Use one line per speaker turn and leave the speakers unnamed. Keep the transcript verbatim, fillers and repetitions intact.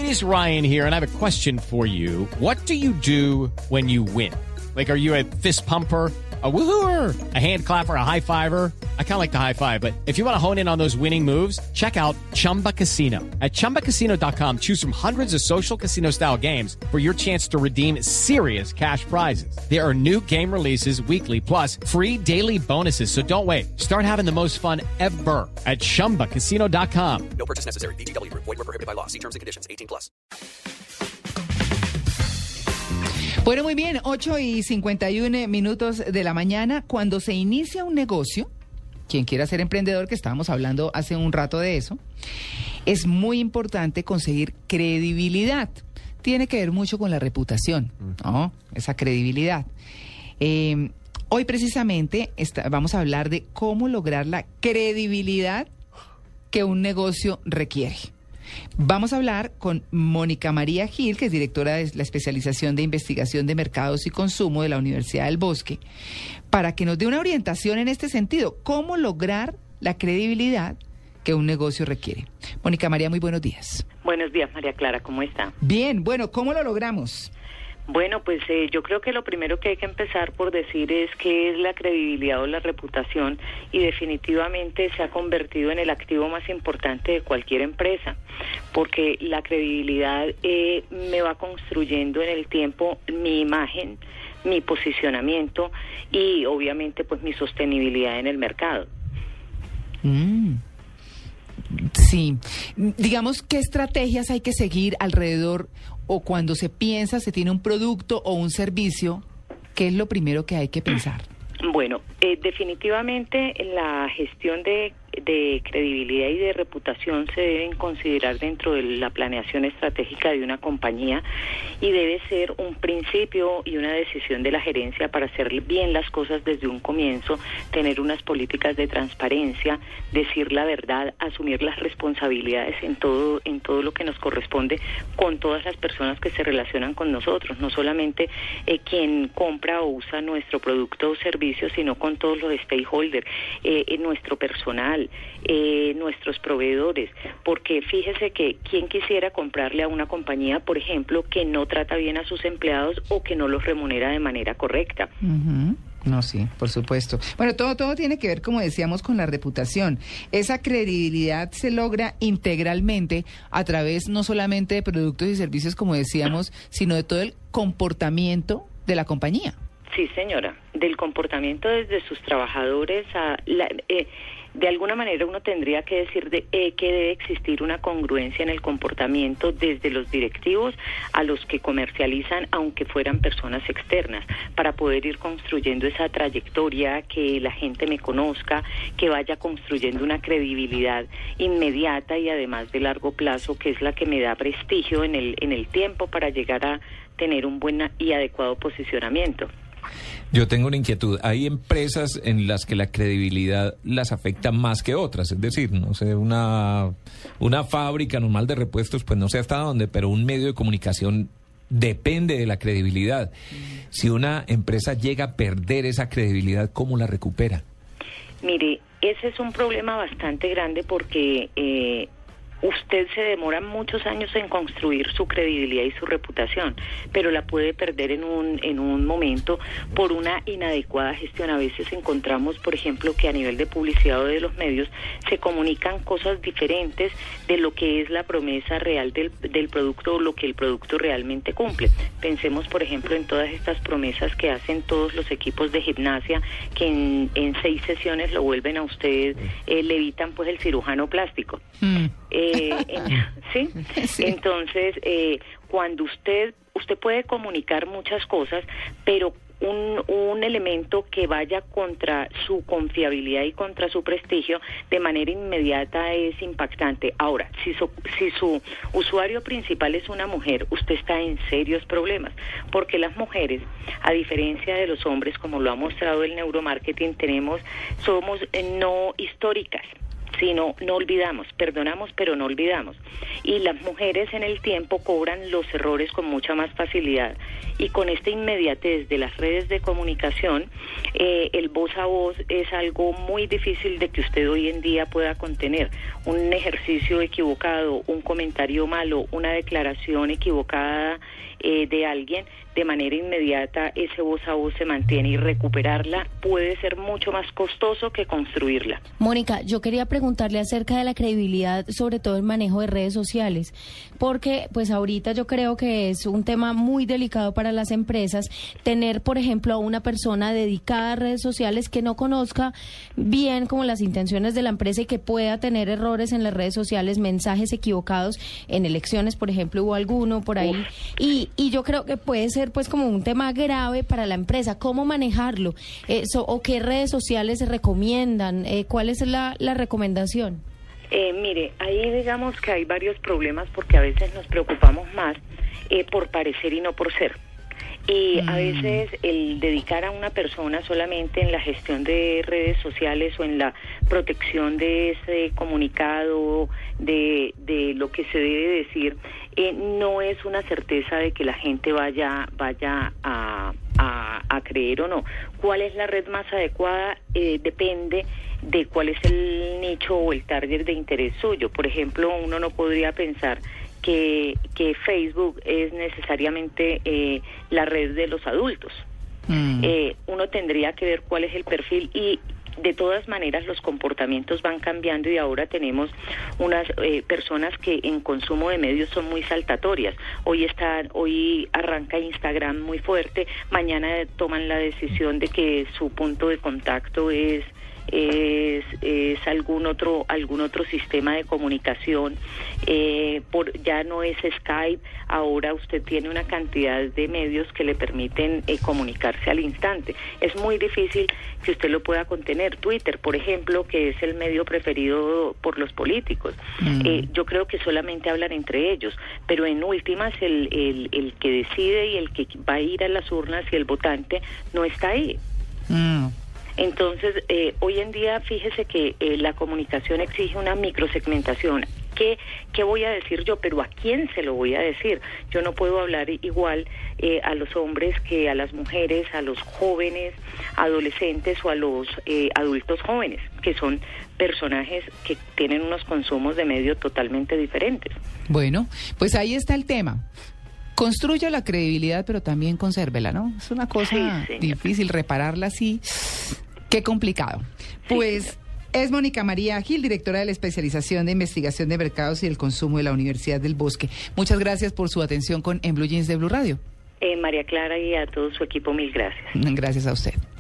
It is Ryan here, and I have a question for you. What do you do when you win? Like, are you a fist pumper, a woohooer, a hand clapper, a high fiver? I kind of like the high five, but if you want to hone in on those winning moves, check out Chumba Casino. At chumba casino dot com, choose from hundreds of social casino style games for your chance to redeem serious cash prizes. There are new game releases weekly, plus free daily bonuses. So don't wait. Start having the most fun ever at chumba casino dot com.
No purchase necessary. V G W Group. Void where prohibited by law. See terms and conditions. eighteen plus.
Bueno, muy bien, ocho y cincuenta y uno minutos de la mañana. Cuando se inicia un negocio, quien quiera ser emprendedor, que estábamos hablando hace un rato de eso, es muy importante conseguir credibilidad. Tiene que ver mucho con la reputación, ¿no? Esa credibilidad. Eh, hoy precisamente está, vamos a hablar de cómo lograr la credibilidad que un negocio requiere. Vamos a hablar con Mónica María Gil, que es directora de la especialización de investigación de mercados y consumo de la Universidad del Bosque, para que nos dé una orientación en este sentido, cómo lograr la credibilidad que un negocio requiere. Mónica María, muy buenos días.
Buenos días, María Clara, ¿cómo está?
Bien, bueno, ¿cómo lo logramos?
Bueno, pues eh, yo creo que lo primero que hay que empezar por decir es qué es la credibilidad o la reputación, y definitivamente se ha convertido en el activo más importante de cualquier empresa, porque la credibilidad eh, me va construyendo en el tiempo mi imagen, mi posicionamiento y obviamente pues mi sostenibilidad en el mercado.
Mm. Sí, digamos, ¿qué estrategias hay que seguir alrededor o cuando se piensa, se tiene un producto o un servicio? ¿Qué es lo primero que hay que pensar?
Bueno, eh, definitivamente la gestión de, de credibilidad y de reputación se deben considerar dentro de la planeación estratégica de una compañía, y debe ser un principio y una decisión de la gerencia para hacer bien las cosas desde un comienzo, tener unas políticas de transparencia, decir la verdad, asumir las responsabilidades en todo, en todo lo que nos corresponde con todas las personas que se relacionan con nosotros, no solamente eh, quien compra o usa nuestro producto o servicio, sino con todos los stakeholders, eh, eh, nuestro personal, eh, nuestros proveedores, porque fíjese que quien quisiera comprarle a una compañía, por ejemplo, que no trata bien a sus empleados o que no los remunera de manera correcta.
Uh-huh. No, sí, por supuesto. Bueno, todo, todo tiene que ver, como decíamos, con la reputación. Esa credibilidad se logra integralmente a través no solamente de productos y servicios, como decíamos, sino de todo el comportamiento de la compañía.
Sí, señora, del comportamiento desde sus trabajadores a la, eh, de alguna manera uno tendría que decir de, eh, que debe existir una congruencia en el comportamiento desde los directivos a los que comercializan, aunque fueran personas externas, para poder ir construyendo esa trayectoria, que la gente me conozca, que vaya construyendo una credibilidad inmediata y además de largo plazo, que es la que me da prestigio en el, en el tiempo para llegar a tener un buen y adecuado posicionamiento.
Yo tengo una inquietud. Hay empresas en las que la credibilidad las afecta más que otras. Es decir, no sé, una, una fábrica normal de repuestos, pues no sé hasta dónde, pero un medio de comunicación depende de la credibilidad. Si una empresa llega a perder esa credibilidad, ¿cómo la recupera?
Mire, ese es un problema bastante grande porque eh, usted se demora muchos años en construir su credibilidad y su reputación, pero la puede perder en un en un momento por una inadecuada gestión. A veces encontramos, por ejemplo, que a nivel de publicidad o de los medios se comunican cosas diferentes de lo que es la promesa real del, del producto o lo que el producto realmente cumple. Pensemos, por ejemplo, en todas estas promesas que hacen todos los equipos de gimnasia, que en, en seis sesiones lo vuelven a usted, eh, le evitan pues el cirujano plástico. Mm. Eh, en, ¿sí? sí. Entonces, eh, cuando usted usted puede comunicar muchas cosas, pero un, un elemento que vaya contra su confiabilidad y contra su prestigio de manera inmediata es impactante. Ahora, si su, si su usuario principal es una mujer, usted está en serios problemas, porque las mujeres, a diferencia de los hombres, como lo ha mostrado el neuromarketing, tenemos somos eh, no históricas. sino no olvidamos, perdonamos pero no olvidamos. Y las mujeres en el tiempo cobran los errores con mucha más facilidad. Y con esta inmediatez de las redes de comunicación, eh, el voz a voz es algo muy difícil de que usted hoy en día pueda contener. Un ejercicio equivocado, un comentario malo, una declaración equivocada eh, de alguien, de manera inmediata ese voz a voz se mantiene y recuperarla puede ser mucho más costoso que construirla.
Mónica, yo quería preguntarle acerca de la credibilidad, sobre todo el manejo de redes sociales, porque pues ahorita yo creo que es un tema muy delicado para las empresas tener, por ejemplo, a una persona dedicada a redes sociales que no conozca bien como las intenciones de la empresa y que pueda tener errores en las redes sociales, mensajes equivocados. En elecciones, por ejemplo, hubo alguno por ahí, y, y yo creo que puede ser pues como un tema grave para la empresa. ¿Cómo manejarlo? Eh, so, ¿O qué redes sociales se recomiendan? Eh, ¿Cuál es la, la recomendación?
Eh, mire, ahí digamos que hay varios problemas porque a veces nos preocupamos más eh, por parecer y no por ser. Y a veces el dedicar a una persona solamente en la gestión de redes sociales o en la protección de ese comunicado, de, de lo que se debe decir, eh, no es una certeza de que la gente vaya, vaya a, a, a creer o no. ¿Cuál es la red más adecuada? Eh, depende de cuál es el nicho o el target de interés suyo. Por ejemplo, uno no podría pensar que, que Facebook es necesariamente eh, la red de los adultos. Mm. Eh, uno tendría que ver cuál es el perfil y de todas maneras los comportamientos van cambiando y ahora tenemos unas eh, personas que en consumo de medios son muy saltatorias. Hoy están, hoy arranca Instagram muy fuerte, mañana toman la decisión de que su punto de contacto es es, es algún otro algún otro sistema de comunicación, eh, por ya no es Skype, ahora usted tiene una cantidad de medios que le permiten eh, comunicarse al instante. Es muy difícil que usted lo pueda contener. Twitter, por ejemplo, que es el medio preferido por los políticos, mm. eh, yo creo que solamente hablan entre ellos, pero en últimas el, el, el que decide y el que va a ir a las urnas y el votante no está ahí. Mm. Entonces, eh, hoy en día, fíjese que eh, la comunicación exige una microsegmentación. ¿Qué, ¿Qué voy a decir yo? Pero ¿a quién se lo voy a decir? Yo no puedo hablar igual eh, a los hombres que a las mujeres, a los jóvenes, adolescentes o a los eh, adultos jóvenes, que son personajes que tienen unos consumos de medio totalmente diferentes.
Bueno, pues ahí está el tema. Construya la credibilidad, pero también consérvela, ¿no? Es una cosa sí, difícil repararla así. Qué complicado. Pues sí, es Mónica María Gil, directora de la especialización de investigación de mercados y el consumo de la Universidad del Bosque. Muchas gracias por su atención con En Blue Jeans de Blue Radio.
Eh, María Clara y a todo su equipo, mil gracias.
Gracias a usted.